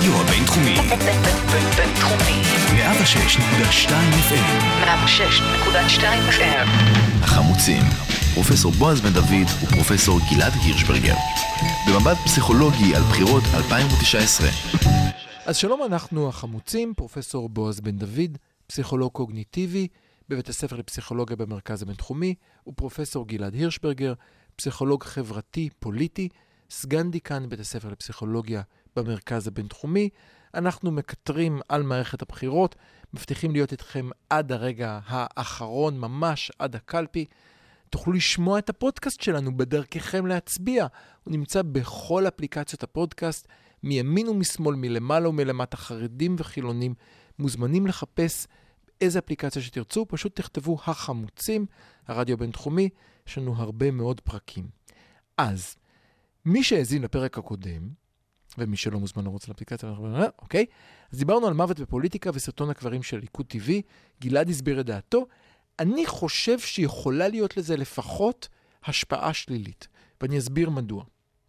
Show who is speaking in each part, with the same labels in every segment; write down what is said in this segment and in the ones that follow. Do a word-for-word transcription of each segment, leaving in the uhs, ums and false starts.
Speaker 1: הרדיו הבינתחומי.
Speaker 2: בינתחומי.
Speaker 1: מאה ושש נקודה שתיים אף אם.
Speaker 2: מאה ושש נקודה שתיים אף אם.
Speaker 1: החמוצים. פרופסור בועז בן דוד ופרופסור גלעד הירשברגר. במבט פסיכולוגי על בחירות אלפיים ותשע עשרה.
Speaker 3: אז שלום, אנחנו החמוצים, פרופסור בועז בן דוד, פסיכולוג קוגניטיבי בבית הספר לפסיכולוגיה במרכז הבינתחומי, ופרופסור גלעד הירשברגר, פסיכולוג חברתי פוליטי, סגן דיקן בית הספר לפסיכולוגיה במרכז הבינתחומי. אנחנו מקטרים על מערכת הבחירות, מבטיחים להיות איתכם עד הרגע האחרון, ממש עד הקלפי. תוכלו לשמוע את הפודקאסט שלנו בדרככם להצביע. הוא נמצא בכל אפליקציות הפודקאסט, מימין ומשמאל, מלמעלה ומלמטה, חרדים וחילונים. מוזמנים לחפש איזה אפליקציה שתרצו, פשוט תכתבו החמוצים, הרדיו הבינתחומי, יש לנו הרבה מאוד פרקים. אז, מי שהאזין לפרק הקודם, ומי שלא מוזמן לרוץ לאפליקציה, אוקיי? אז דיברנו על מוות בפוליטיקה וסרטון הקברים של ליכוד טבעי, גלעד הסביר את דעתו. אני חושב שיכולה להיות לזה לפחות השפעה שלילית, ואני אסביר מדוע.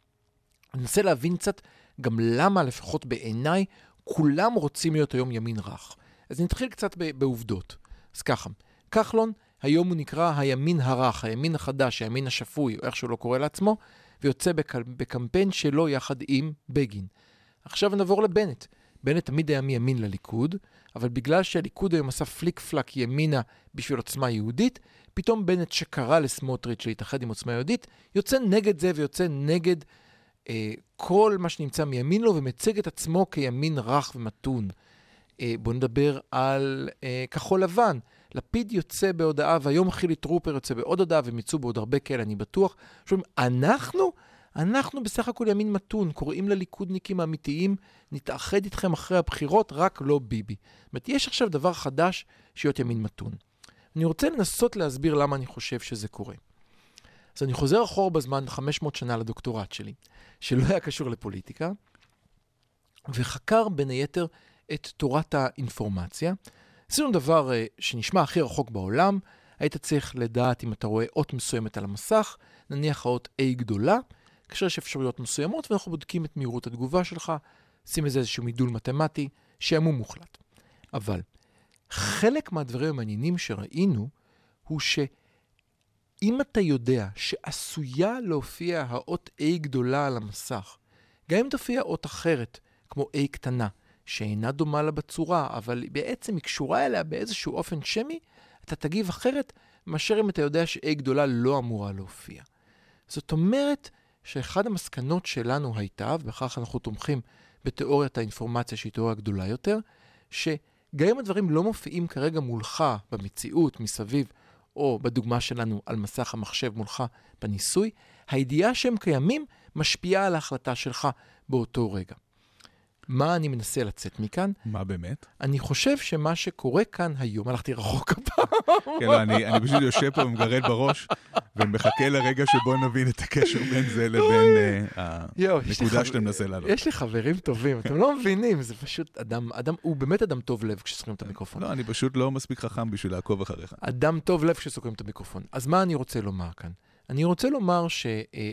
Speaker 3: אני אנסה להבין קצת גם למה, לפחות בעיניי, כולם רוצים להיות היום ימין רך. אז נתחיל קצת בעובדות. אז ככה, כחלון, היום הוא נקרא הימין הרך, הימין החדש, הימין השפוי, או איך שהוא לא קורא לעצמו, ויוצא בקמפיין שלו יחד עם בגין. עכשיו נעבור לבנט. בנט תמיד היה מימין לליכוד, אבל בגלל שהליכוד היום עשה פליק פלק ימינה בשביל עוצמה יהודית, פתאום בנט שקרא לסמוטריץ' להתאחד עם עוצמה יהודית, יוצא נגד זה ויוצא נגד אה, כל מה שנמצא מימין לו, ומציג את עצמו כימין רך ומתון. אה, בואו נדבר על אה, כחול לבן. לפיד יוצא בהודעה, והיום חילי טרופר יוצא בעוד הודעה, והם יצאו בעוד הרבה כאלה, אני בטוח. שאומרים, אנחנו, אנחנו בסך הכל ימין מתון, קוראים לליכודניקים האמיתיים, נתאחד איתכם אחרי הבחירות, רק לא ביבי. זאת אומרת, יש עכשיו דבר חדש להיות ימין מתון. אני רוצה לנסות להסביר למה אני חושב שזה קורה. אז אני חוזר אחורה בזמן חמש מאות שנה לדוקטורט שלי, שלא היה קשור לפוליטיקה, וחקר בין היתר את תורת האינפורמציה. עשינו דבר שנשמע הכי רחוק בעולם, היית צריך לדעת אם אתה רואה אות מסוימת על המסך, נניח האות A גדולה, כאשר יש אפשרויות מסוימות, ואנחנו בודקים את מהירות התגובה שלך, שים איזה איזשהו מידול מתמטי, שעמום מוחלט. אבל חלק מהדברים המעניינים שראינו, הוא שאם אתה יודע שעשויה להופיע האות A גדולה על המסך, גם אם תופיע אות אחרת, כמו A קטנה, שאינה דומה לה בצורה, אבל בעצם היא קשורה אליה באיזשהו אופן שמי, אתה תגיב אחרת, מאשר אם אתה יודע ש-A גדולה לא אמורה להופיע. זאת אומרת שאחד המסקנות שלנו הייתה, ובכך אנחנו תומכים בתיאוריית האינפורמציה שהיא תיאוריה גדולה יותר, שגם אם הדברים לא מופיעים כרגע מולך במציאות, מסביב, או בדוגמה שלנו על מסך המחשב מולך בניסוי, הידיעה שהם קיימים משפיעה על ההחלטה שלך באותו רגע. מה אני מנסה לצאת מכאן?
Speaker 4: מה באמת?
Speaker 3: אני חושב שמה שקורה כאן היום, הלכתי רחוק הפעם.
Speaker 4: כן, לא, אני, אני פשוט יושב פה ומגרד בראש, ומחכה לרגע שבו נבין את הקשר בין זה לבין uh, הנקודה שאתה מנסה לעלות.
Speaker 3: יש לי חברים טובים, אתם לא מבינים, זה פשוט אדם, אדם, הוא באמת אדם טוב לב כשסוקרים את המיקרופון.
Speaker 4: לא, אני פשוט לא מספיק חכם בשביל לעקוב אחריך.
Speaker 3: אדם טוב לב כשסוקרים את המיקרופון. אז מה אני רוצה לומר כאן? אני רוצה לומר ש...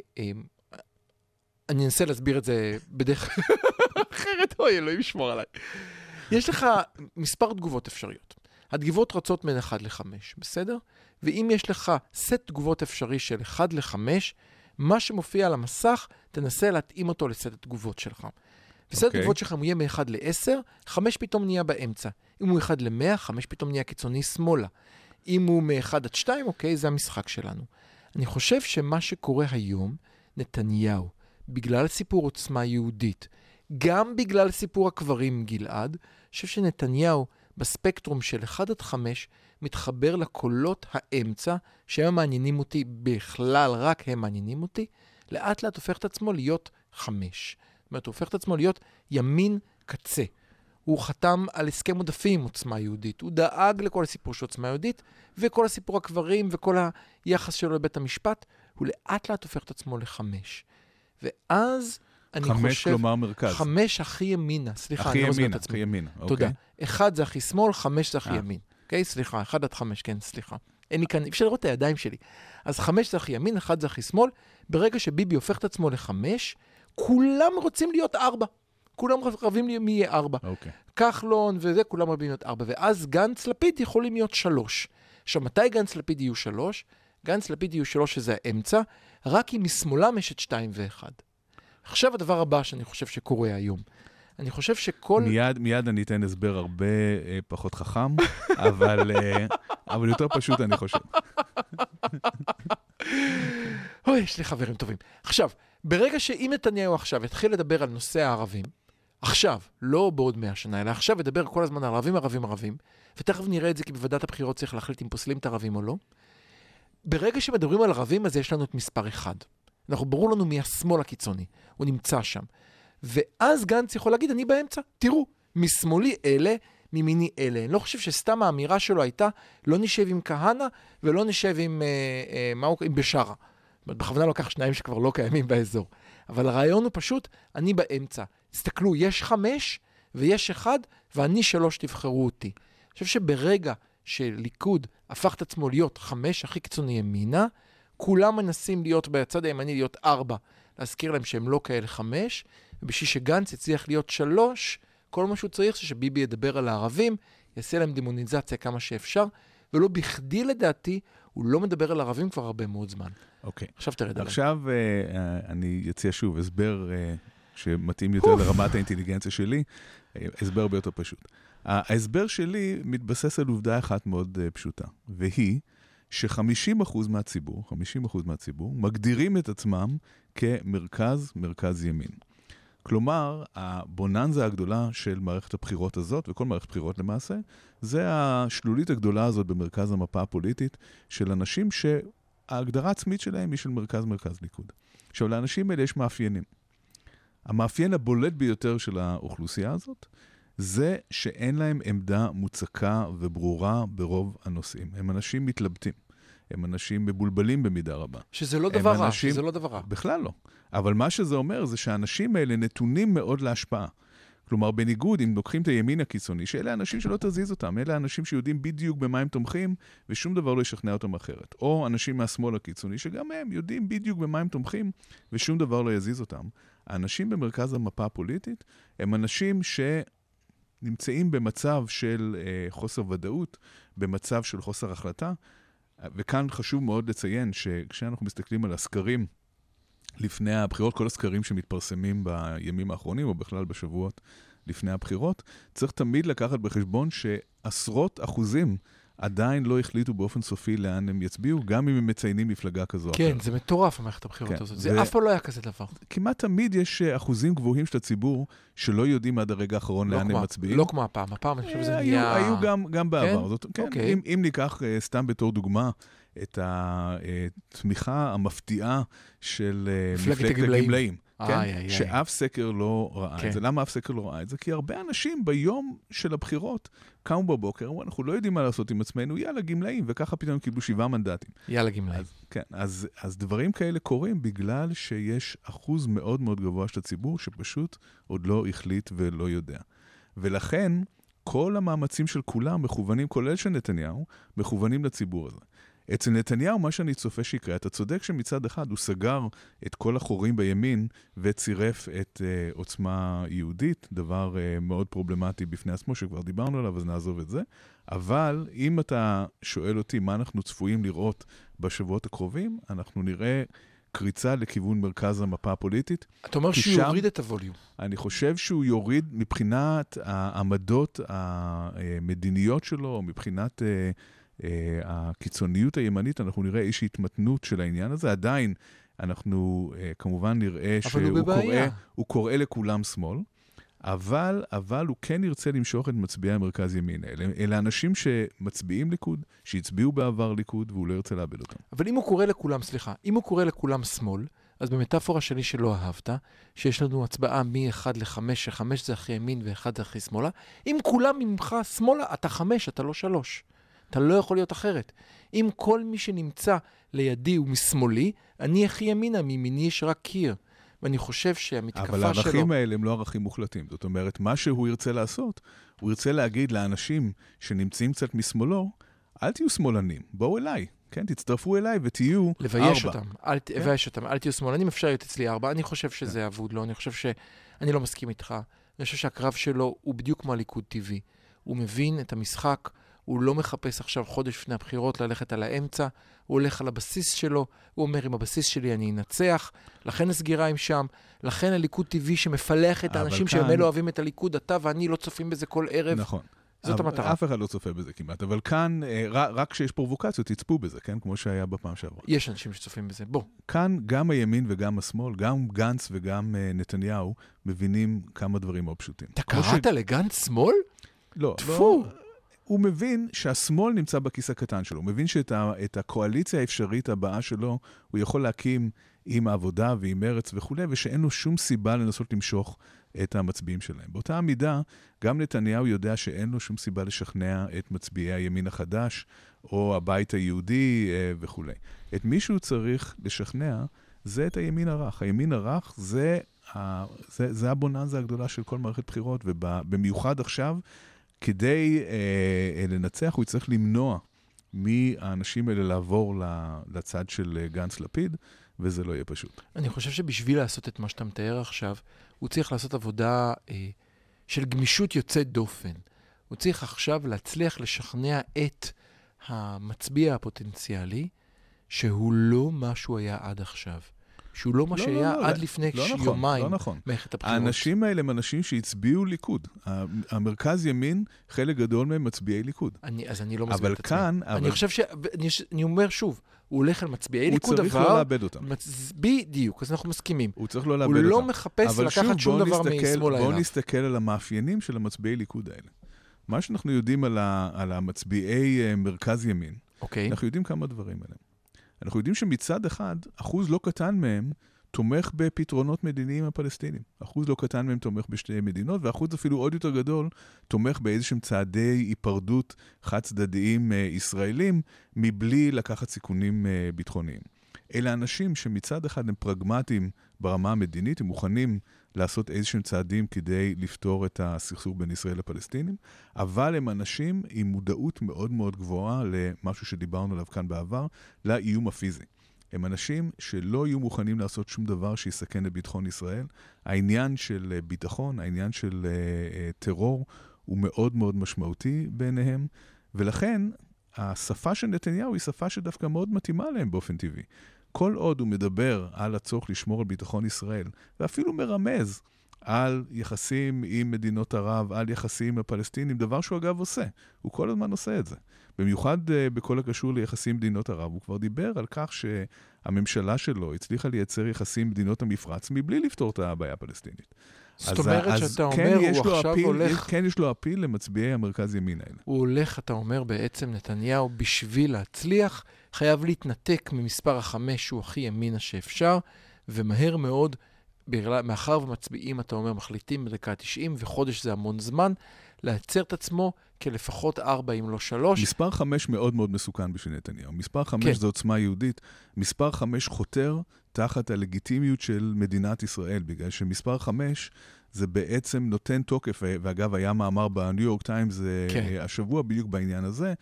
Speaker 3: אני אנסה להסביר את זה בדרך אחרת, אוי, אלוהים ישמור עליי. יש לך מספר תגובות אפשריות. התגובות רצות בין אחת לחמש, בסדר? ואם יש לך סט תגובות אפשרי של אחת לחמש, מה שמופיע על המסך, תנסה להתאים אותו לסט התגובות שלך. וסט התגובות שלך, אם הוא יהיה מ-אחד ל-עשר, חמש פתאום נהיה באמצע. אם הוא אחד ל-מאה, חמש פתאום נהיה קיצוני שמאלה. אם הוא מ-אחד עד שתיים, אוקיי, זה המשחק שלנו. אני חושב שמה שקורה היום, נתניהו, בגלל סיפור עוצמה יהודית, גם בגלל סיפור הקברים גלעד, אני חושב שנתניהו בספקטרום של אחת עד חמש מתחבר לקולות האמצע, שהם מעניינים אותי בכלל, רק הם מעניינים אותי, לאט לאט הופך את עצמו להיות חמש. זאת אומרת, הוא הופך את עצמו להיות ימין קצה. הוא חתם על הסכם עודפים עם עוצמה יהודית, הוא דאג לכל הסיפור של עוצמה יהודית, וכל הסיפור הקברים וכל היחס שלו לבית המשפט, הוא לאט לאט הופך את עצמו לחמש. ואז אני חמש חושב...
Speaker 4: חמש כלומר מרכז.
Speaker 3: חמש הכי ימינה. סליחה,
Speaker 4: הכי
Speaker 3: אני לא מסביר
Speaker 4: ימינה,
Speaker 3: את עצמי.
Speaker 4: הכי ימינה.
Speaker 3: תודה.
Speaker 4: אוקיי.
Speaker 3: אחד זה הכי שמאל, חמש זה הכי
Speaker 4: אה.
Speaker 3: ימין. אוקיי? סליחה, אחד עד חמש, כן, סליחה. אין לי כאן, אפשר לראות את הידיים שלי. אז חמש זה הכי ימין, אחד זה הכי שמאל. ברגע שביבי הופך את עצמו לחמש, כולם רוצים להיות ארבע. כולם רבים לי מי יהיה ארבע.
Speaker 4: אוקיי.
Speaker 3: כחלון וזה, כולם רבים להיות ארבע. ואז גנץ לפיד יכולים להיות שלוש. עכשיו, מתי גנץ לפיד יהיו שלוש? גנץ לפיד יהיו שלוש, שזה האמצע, רק אם משמאלם יש את שתיים ואחד. עכשיו הדבר הבא שאני חושב שקורה היום. אני חושב שכל...
Speaker 4: מיד, מיד אני אתן הסבר הרבה אה, פחות חכם, אבל, אה, אבל יותר פשוט אני חושב.
Speaker 3: אוי, יש לי חברים טובים. עכשיו, ברגע שאם נתניהו עכשיו התחיל לדבר על נושא הערבים, עכשיו, לא בעוד מאה שנה, אלא עכשיו ידבר כל הזמן על ערבים, ערבים, ערבים, ותכף נראה את זה כי בוועדת הבחירות צריך להחליט אם פוסלים את הערבים או לא. ברגע שמדברים על ערבים, אז יש לנו את מספר אחד. אנחנו ברור לנו מי השמאל הקיצוני. הוא נמצא שם. ואז גנץ יכול להגיד, אני באמצע. תראו, משמאלי אלה, ממיני אלה. אני לא חושב שסתם האמירה שלו הייתה, לא נשב עם כהנא ולא נשב עם, אה, אה, מה הוא, עם בשרה. בכוונה לקח שניים שכבר לא קיימים באזור. אבל הרעיון הוא פשוט, אני באמצע. תסתכלו, יש חמש ויש אחד, ואני שלוש תבחרו אותי. אני חושב שברגע שליכוד הפך את עצמו להיות חמש, הכי קיצוני ימינה, כולם מנסים להיות בצד הימני, להיות ארבע. להזכיר להם שהם לא כאלה חמש, ובשביל שגנץ יצליח להיות שלוש, כל מה שהוא צריך זה שביבי ידבר על הערבים, יעשה להם דמוניזציה כמה שאפשר, ולא בכדי לדעתי, הוא לא מדבר על ערבים כבר הרבה מאוד זמן.
Speaker 4: אוקיי.
Speaker 3: עכשיו תרד עליהם.
Speaker 4: עכשיו אני יציע שוב הסבר שמתאים יותר לרמת האינטליגנציה שלי, הסבר ביותר פשוט. ההסבר שלי מתבסס על עובדה אחת מאוד פשוטה, והיא ש-חמישים אחוז מהציבור, חמישים אחוז מהציבור, מגדירים את עצמם כמרכז, מרכז ימין. כלומר, הבוננזה הגדולה של מערכת הבחירות הזאת, וכל מערכת בחירות למעשה, זה השלולית הגדולה הזאת במרכז המפה הפוליטית של אנשים שההגדרה עצמית שלהם היא של מרכז, מרכז ליכוד. עכשיו, לאנשים האלה יש מאפיינים. המאפיין הבולט ביותר של האוכלוסייה הזאת, זה שאין להם עמדה מוצקה וברורה ברוב הנושאים. הם אנשים מתלבטים. הם אנשים מבולבלים במידה רבה.
Speaker 3: שזה לא דבר רע, שזה לא דבר רע.
Speaker 4: בכלל לא. אבל מה שזה אומר זה שהאנשים האלה נתונים מאוד להשפעה. כלומר, בניגוד, אם לוקחים את הימין הקיצוני, שאלה אנשים שלא תזיז אותם, אלה אנשים שיודעים בדיוק במה הם תומכים, ושום דבר לא ישכנע אותם אחרת. או אנשים מהשמאל הקיצוני, שגם הם יודעים בדיוק במה הם תומכים, ושום דבר לא יזיז אותם. האנשים במרכז המפה הפוליטית, הם אנשים שנמצאים במצב של אה, חוסר ודאות, במצב של חוסר החלטה, וכאן חשוב מאוד לציין שכשאנחנו מסתכלים על הסקרים לפני הבחירות, כל הסקרים שמתפרסמים בימים האחרונים, או בכלל בשבועות לפני הבחירות, צריך תמיד לקחת בחשבון שעשרות אחוזים עדיין לא החליטו באופן סופי לאן הם יצביעו, גם אם הם מציינים מפלגה כזו.
Speaker 3: כן, זה מטורף המערכת הבחירות
Speaker 4: כן,
Speaker 3: הזאת. זה אף פעם לא היה כזה דבר.
Speaker 4: כמעט תמיד יש אחוזים גבוהים של הציבור שלא יודעים עד הרגע האחרון
Speaker 3: לא
Speaker 4: לאן
Speaker 3: כמו,
Speaker 4: הם מצביעים.
Speaker 3: לא כמו הפעם. הפעם אני חושב שזה
Speaker 4: היו,
Speaker 3: נהיה...
Speaker 4: היו גם, גם בעבר.
Speaker 3: כן?
Speaker 4: זאת, כן,
Speaker 3: אוקיי.
Speaker 4: אם, אם ניקח uh, סתם בתור דוגמה את התמיכה המפתיעה של uh, מפלגת הגמלאים. הגמלאים. כן? איי, איי, שאף סקר לא ראה כן. את זה. למה אף סקר לא ראה את זה? כי הרבה אנשים ביום של הבחירות קמו בבוקר, אמרו, אנחנו לא יודעים מה לעשות עם עצמנו, יאללה גמלאים, וככה פתאום קיבלו שבעה מנדטים.
Speaker 3: יאללה גמלאים.
Speaker 4: אז, כן, אז, אז דברים כאלה קורים בגלל שיש אחוז מאוד מאוד גבוה של הציבור שפשוט עוד לא החליט ולא יודע. ולכן כל המאמצים של כולם מכוונים, כולל של נתניהו, מכוונים לציבור הזה. אצל נתניהו, מה שאני צופה שיקרה, אתה צודק שמצד אחד הוא סגר את כל החורים בימין וצירף את uh, עוצמה יהודית, דבר uh, מאוד פרובלמטי בפני עצמו שכבר דיברנו עליו, אז נעזוב את זה. אבל אם אתה שואל אותי מה אנחנו צפויים לראות בשבועות הקרובים, אנחנו נראה קריצה לכיוון מרכז המפה הפוליטית.
Speaker 3: אתה אומר שהוא שם, יוריד את הווליום.
Speaker 4: אני חושב שהוא יוריד מבחינת העמדות המדיניות שלו, מבחינת... Uh, Uh, הקיצוניות הימנית, אנחנו נראה איזושהי התמתנות של העניין הזה. עדיין אנחנו uh, כמובן נראה שהוא קורא, הוא קורא לכולם שמאל, אבל, אבל הוא כן ירצה למשוך את מצביעי המרכז ימין. אלה, אלה אנשים שמצביעים ליכוד, שהצביעו בעבר ליכוד, והוא לא ירצה לאבד אותם.
Speaker 3: אבל אם הוא קורא לכולם, סליחה, אם הוא קורא לכולם שמאל, אז במטאפורה שלי שלא אהבת, שיש לנו הצבעה מ-אחד ל-חמש, ש-חמש זה הכי ימין ו-אחד זה הכי שמאלה, אם כולם ממך שמאלה, אתה חמש, אתה לא שלוש. אתה לא יכול להיות אחרת. אם כל מי שנמצא לידי הוא משמאלי, אני הכי ימינה, מימיני יש רק קיר. ואני חושב שהמתקפה שלו...
Speaker 4: אבל הערכים האלה הם לא ערכים מוחלטים. זאת אומרת, מה שהוא ירצה לעשות, הוא ירצה להגיד לאנשים שנמצאים קצת משמאלו, אל תהיו שמאלנים, בואו אליי. כן, תצטרפו אליי ותהיו ארבע.
Speaker 3: לבייש אותם, אל, כן? לבייש אותם, אל תהיו שמאלנים, אפשר להיות אצלי ארבע. אני חושב שזה אבוד, לא, אני חושב ש... אני לא מסכים איתך. אני חושב שהקרב שלו הוא בדיוק כמו הליכוד טבעי. הוא מבין את המשחק, הוא לא מחפש עכשיו חודש לפני הבחירות ללכת על האמצע, הוא הולך על הבסיס שלו, הוא אומר, עם הבסיס שלי אני אנצח, לכן הסגירה עם שם, לכן הליכוד טבעי שמפלח את האנשים כאן... שהם לא אוהבים את הליכוד, אתה ואני לא צופים בזה כל ערב.
Speaker 4: נכון.
Speaker 3: זאת המטרה.
Speaker 4: אף אחד לא צופה בזה כמעט, אבל כאן, רק כשיש פרובוקציות, תצפו בזה, כן? כמו שהיה בפעם שעברה.
Speaker 3: יש אנשים שצופים בזה, בוא.
Speaker 4: כאן גם הימין וגם השמאל, גם גנץ וגם נתניהו, מבינים כמה דברים מאוד פשוטים.
Speaker 3: אתה קראת ש... לגנץ שמאל?
Speaker 4: לא,
Speaker 3: תפו.
Speaker 4: לא. הוא מבין שהשמאל נמצא בכיס הקטן שלו, הוא מבין שאת ה, את הקואליציה האפשרית הבאה שלו, הוא יכול להקים עם העבודה ועם מרץ וכו', ושאין לו שום סיבה לנסות למשוך את המצביעים שלהם. באותה המידה, גם נתניהו יודע שאין לו שום סיבה לשכנע את מצביעי הימין החדש, או הבית היהודי וכו'. את מי שהוא צריך לשכנע, זה את הימין הרך. הימין הרך זה, זה, זה הבוננזה הגדולה של כל מערכת בחירות, ובמיוחד עכשיו, כדי אה, לנצח, הוא יצטרך למנוע מהאנשים האלה לעבור לצד של גנץ לפיד, וזה לא יהיה פשוט.
Speaker 3: אני חושב שבשביל לעשות את מה שאתה מתאר עכשיו, הוא צריך לעשות עבודה אה, של גמישות יוצאת דופן. הוא צריך עכשיו להצליח לשכנע את המצביע הפוטנציאלי, שהוא לא מה שהוא היה עד עכשיו. שהוא לא מה
Speaker 4: לא,
Speaker 3: שהיה
Speaker 4: לא, לא,
Speaker 3: עד
Speaker 4: לא,
Speaker 3: לפני
Speaker 4: לא
Speaker 3: יומיים.
Speaker 4: נכון, לא נכון.
Speaker 3: מערכת הבחירות.
Speaker 4: האנשים האלה הם אנשים שהצביעו ליכוד. המרכז ימין, חלק גדול מהם מצביעי ליכוד.
Speaker 3: אני, אז אני לא מסביר את עצמי.
Speaker 4: אבל כאן...
Speaker 3: אני אבל... חושב ש... אני, אני אומר שוב, הוא הולך על מצביעי ליכוד,
Speaker 4: הוא צריך לא לאבד אותם.
Speaker 3: מצ... בדיוק, אז אנחנו מסכימים.
Speaker 4: הוא צריך לא לאבד אותם.
Speaker 3: הוא לא מחפש לקחת שום דבר משמאל אליו.
Speaker 4: בואו נסתכל על המאפיינים של המצביעי ליכוד האלה. מה שאנחנו יודעים על, ה... על המצביעי מרכז ימין,
Speaker 3: אוקיי.
Speaker 4: אנחנו יודעים כמה דברים עליהם. אנחנו יודעים שמצד אחד, אחוז לא קטן מהם תומך בפתרונות מדיניים הפלסטינים. אחוז לא קטן מהם תומך בשתי מדינות, ואחוז אפילו עוד יותר גדול תומך באיזשהם צעדי היפרדות חד צדדיים ישראלים, מבלי לקחת סיכונים ביטחוניים. אלה אנשים שמצד אחד הם פרגמטיים ברמה המדינית, הם מוכנים לעשות איזשהם צעדים כדי לפתור את הסכסוך בין ישראל לפלסטינים, אבל הם אנשים עם מודעות מאוד מאוד גבוהה למשהו שדיברנו עליו כאן בעבר, לאיום הפיזי. הם אנשים שלא יהיו מוכנים לעשות שום דבר שיסכן את ביטחון ישראל. העניין של ביטחון, העניין של uh, טרור, הוא מאוד מאוד משמעותי ביניהם, ולכן השפה של נתניהו היא שפה שדווקא מאוד מתאימה להם באופן טבעי. כל עוד הוא מדבר על הצורך לשמור על ביטחון ישראל, ואפילו מרמז על יחסים עם מדינות ערב, על יחסים עם הפלסטינים, דבר שהוא אגב עושה. הוא כל הזמן עושה את זה. במיוחד uh, בכל הקשור ליחסים עם מדינות ערב, הוא כבר דיבר על כך שהממשלה שלו הצליחה לייצר יחסים עם מדינות המפרץ, מבלי לפתור את הבעיה הפלסטינית.
Speaker 3: זאת אומרת שאתה אומר, הוא עכשיו
Speaker 4: אפיל,
Speaker 3: הולך...
Speaker 4: כן יש לו אפיל למצביעי המרכז ימין האלה.
Speaker 3: הוא הולך, אתה אומר בעצם, נתניהו, בשביל להצליח, חייב להתנתק ממספר החמש שהוא הכי ימינה שאפשר, ומהר מאוד, מאחר ומצביעים, אתה אומר, מחליטים בדקה תשעים, וחודש זה המון זמן, לייצר את עצמו כלפחות ארבע, אם לא שלוש.
Speaker 4: מספר חמש מאוד מאוד מסוכן בשביל נתניהו. מספר חמש כן. זו עוצמה יהודית. מספר חמש חותר תחת הלגיטימיות של מדינת ישראל, בגלל שמספר חמש זה בעצם נותן תוקף, ואגב היה מאמר בניו יורק טיימס כן. השבוע בדיוק בעניין הזה,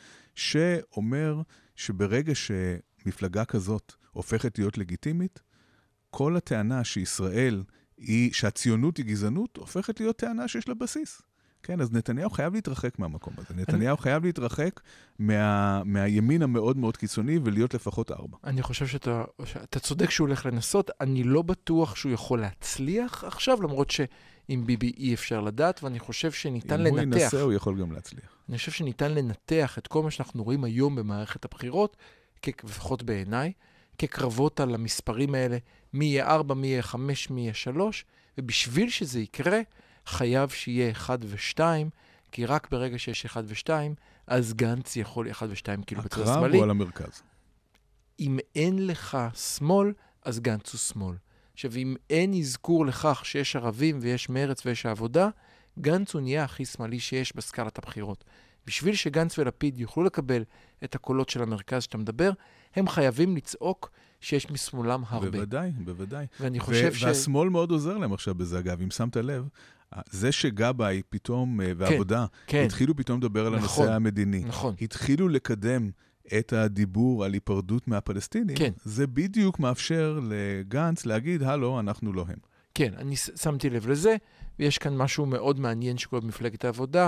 Speaker 4: שאומר שברגע שמפלגה כזאת הופכת להיות לגיטימית, כל הטענה שישראל היא, שהציונות היא גזענות, הופכת להיות טענה שיש לה בסיס. כן, אז נתניהו חייב להתרחק מהמקום הזה. נתניהו אני... חייב להתרחק מה, מהימין המאוד מאוד קיצוני ולהיות לפחות ארבע.
Speaker 3: אני חושב שאתה, שאתה צודק שהוא הולך לנסות. אני לא בטוח שהוא יכול להצליח עכשיו, למרות שעם ביבי אי אפשר לדעת, ואני חושב שניתן
Speaker 4: אם
Speaker 3: לנתח.
Speaker 4: אם הוא ינסה, הוא יכול גם להצליח.
Speaker 3: אני חושב שניתן לנתח את כל מה שאנחנו רואים היום במערכת הבחירות, לפחות בעיניי, כקרבות על המספרים האלה, מי יהיה ארבע, מי יהיה חמש, מי יהיה שלוש, ובשביל שזה יקרה, חייב שיהיה אחד ושתיים, כי רק ברגע שיש אחד ושתיים, אז גנץ יכול אחד ושתיים כאילו בצד שמאלי.
Speaker 4: הקרב הוא על המרכז.
Speaker 3: אם אין לך שמאל, אז גנץ הוא שמאל. עכשיו, אם אין אזכור לכך שיש ערבים ויש מרץ ויש העבודה, גנץ הוא נהיה הכי שמאלי שיש בסקלת הבחירות. בשביל שגנץ ולפיד יוכלו לקבל את הקולות של המרכז שאתה מדבר, הם חייבים לצעוק שיש משמאלם הרבה.
Speaker 4: בוודאי, בוודאי.
Speaker 3: ואני חושב
Speaker 4: ו-
Speaker 3: ש...
Speaker 4: והשמאל מאוד עוזר להם עכשיו בזה, אגב, אם שמת לב, זה שגבאי פתאום, ועבודה, כן, כן. התחילו פתאום לדבר על נכון, הנושא המדיני.
Speaker 3: נכון.
Speaker 4: התחילו לקדם את הדיבור על היפרדות מהפלסטינים. כן. זה בדיוק מאפשר לגנץ להגיד, הלו, אנחנו לא הם.
Speaker 3: כן, אני שמתי לב לזה, ויש כאן משהו מאוד מעניין שקורה במפלגת העבודה,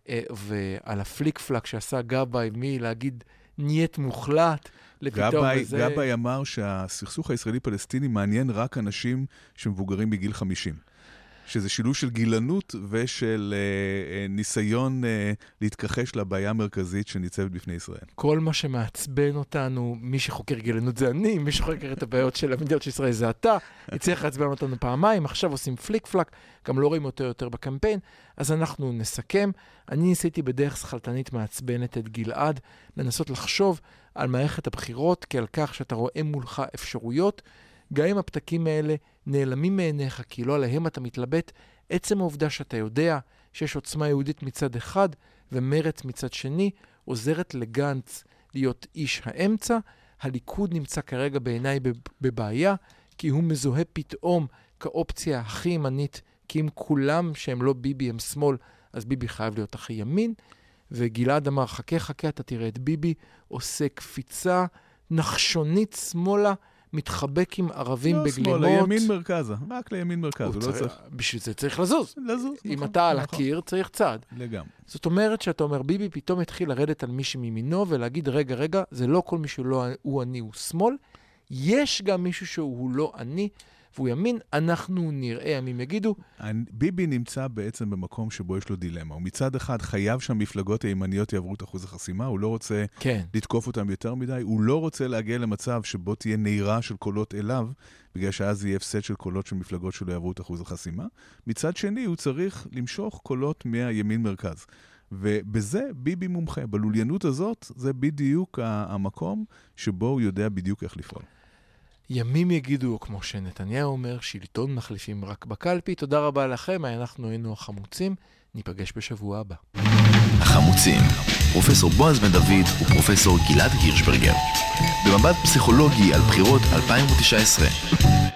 Speaker 3: ועל הפליק פלק שעשה גבאי, מי להגיד נייט מוחלט, לפתאום וזה...
Speaker 4: גבאי אמר שהסכסוך הישראלי-פלסטיני מעניין רק אנשים שמבוגרים בגיל חמישים. שזה שילוב של גילנות ושל אה, ניסיון אה, להתכחש לבעיה המרכזית שניצבת בפני ישראל.
Speaker 3: כל מה שמעצבן אותנו, מי שחוקר גילנות זה אני, מי שחוקר את הבעיות של המדינות של ישראל זה אתה, הצליח לעצבן אותנו פעמיים, עכשיו עושים פליק פלק, גם לא רואים אותו יותר בקמפיין, אז אנחנו נסכם. אני ניסיתי בדרך שכלתנית מעצבנת את גלעד, לנסות לחשוב על מערכת הבחירות, כעל כך שאתה רואה מולך אפשרויות, גם אם הפתקים האלה נעלמים מעיניך, כי לא עליהם אתה מתלבט, עצם העובדה שאתה יודע שיש עוצמה יהודית מצד אחד ומרץ מצד שני, עוזרת לגנץ להיות איש האמצע. הליכוד נמצא כרגע בעיניי בבעיה, כי הוא מזוהה פתאום כאופציה הכי ימנית, כי אם כולם שהם לא ביבי הם שמאל, אז ביבי חייב להיות הכי ימין. וגלעד אמר, חכה חכה, אתה תראה את ביבי עושה קפיצה נחשונית שמאלה, מתחבק עם ערבים
Speaker 4: לא
Speaker 3: בגלימות.
Speaker 4: לא שמאלה, ימין מרכזה, רק לימין מרכז, הוא לא צריך...
Speaker 3: בשביל זה צריך לזוז.
Speaker 4: לזוז,
Speaker 3: אם
Speaker 4: נכון,
Speaker 3: אתה על
Speaker 4: נכון.
Speaker 3: הקיר, צריך צעד.
Speaker 4: לגמרי.
Speaker 3: זאת אומרת שאתה אומר, ביבי פתאום התחיל לרדת על מישהו מימינו, ולהגיד, רגע, רגע, זה לא כל מי שלא הוא אני, הוא שמאל. יש גם מישהו שהוא לא אני, והוא ימין, אנחנו נראה, ימים יגידו.
Speaker 4: ביבי נמצא בעצם במקום שבו יש לו דילמה. הוא מצד אחד חייב שהמפלגות הימניות יעברו את אחוז החסימה, הוא לא רוצה
Speaker 3: כן.
Speaker 4: לתקוף אותם יותר מדי, הוא לא רוצה להגיע למצב שבו תהיה נהירה של קולות אליו, בגלל שאז יהיה הפסד של קולות של מפלגות שלא יעברו את אחוז החסימה. מצד שני, הוא צריך למשוך קולות מהימין מרכז. ובזה ביבי מומחה. בלוליינות הזאת, זה בדיוק המקום שבו הוא יודע בדיוק איך לפעול.
Speaker 3: ימים יגידו, כמו שנתניהו אומר, שלטון מחליפים רק בקלפי. תודה רבה לכם, אנחנו היינו החמוצים, ניפגש בשבוע הבא.
Speaker 1: החמוצים, פרופסור בועז בן דוד ופרופסור גלעד הירשברגר. במבט פסיכולוגי על בחירות אלפיים תשע עשרה.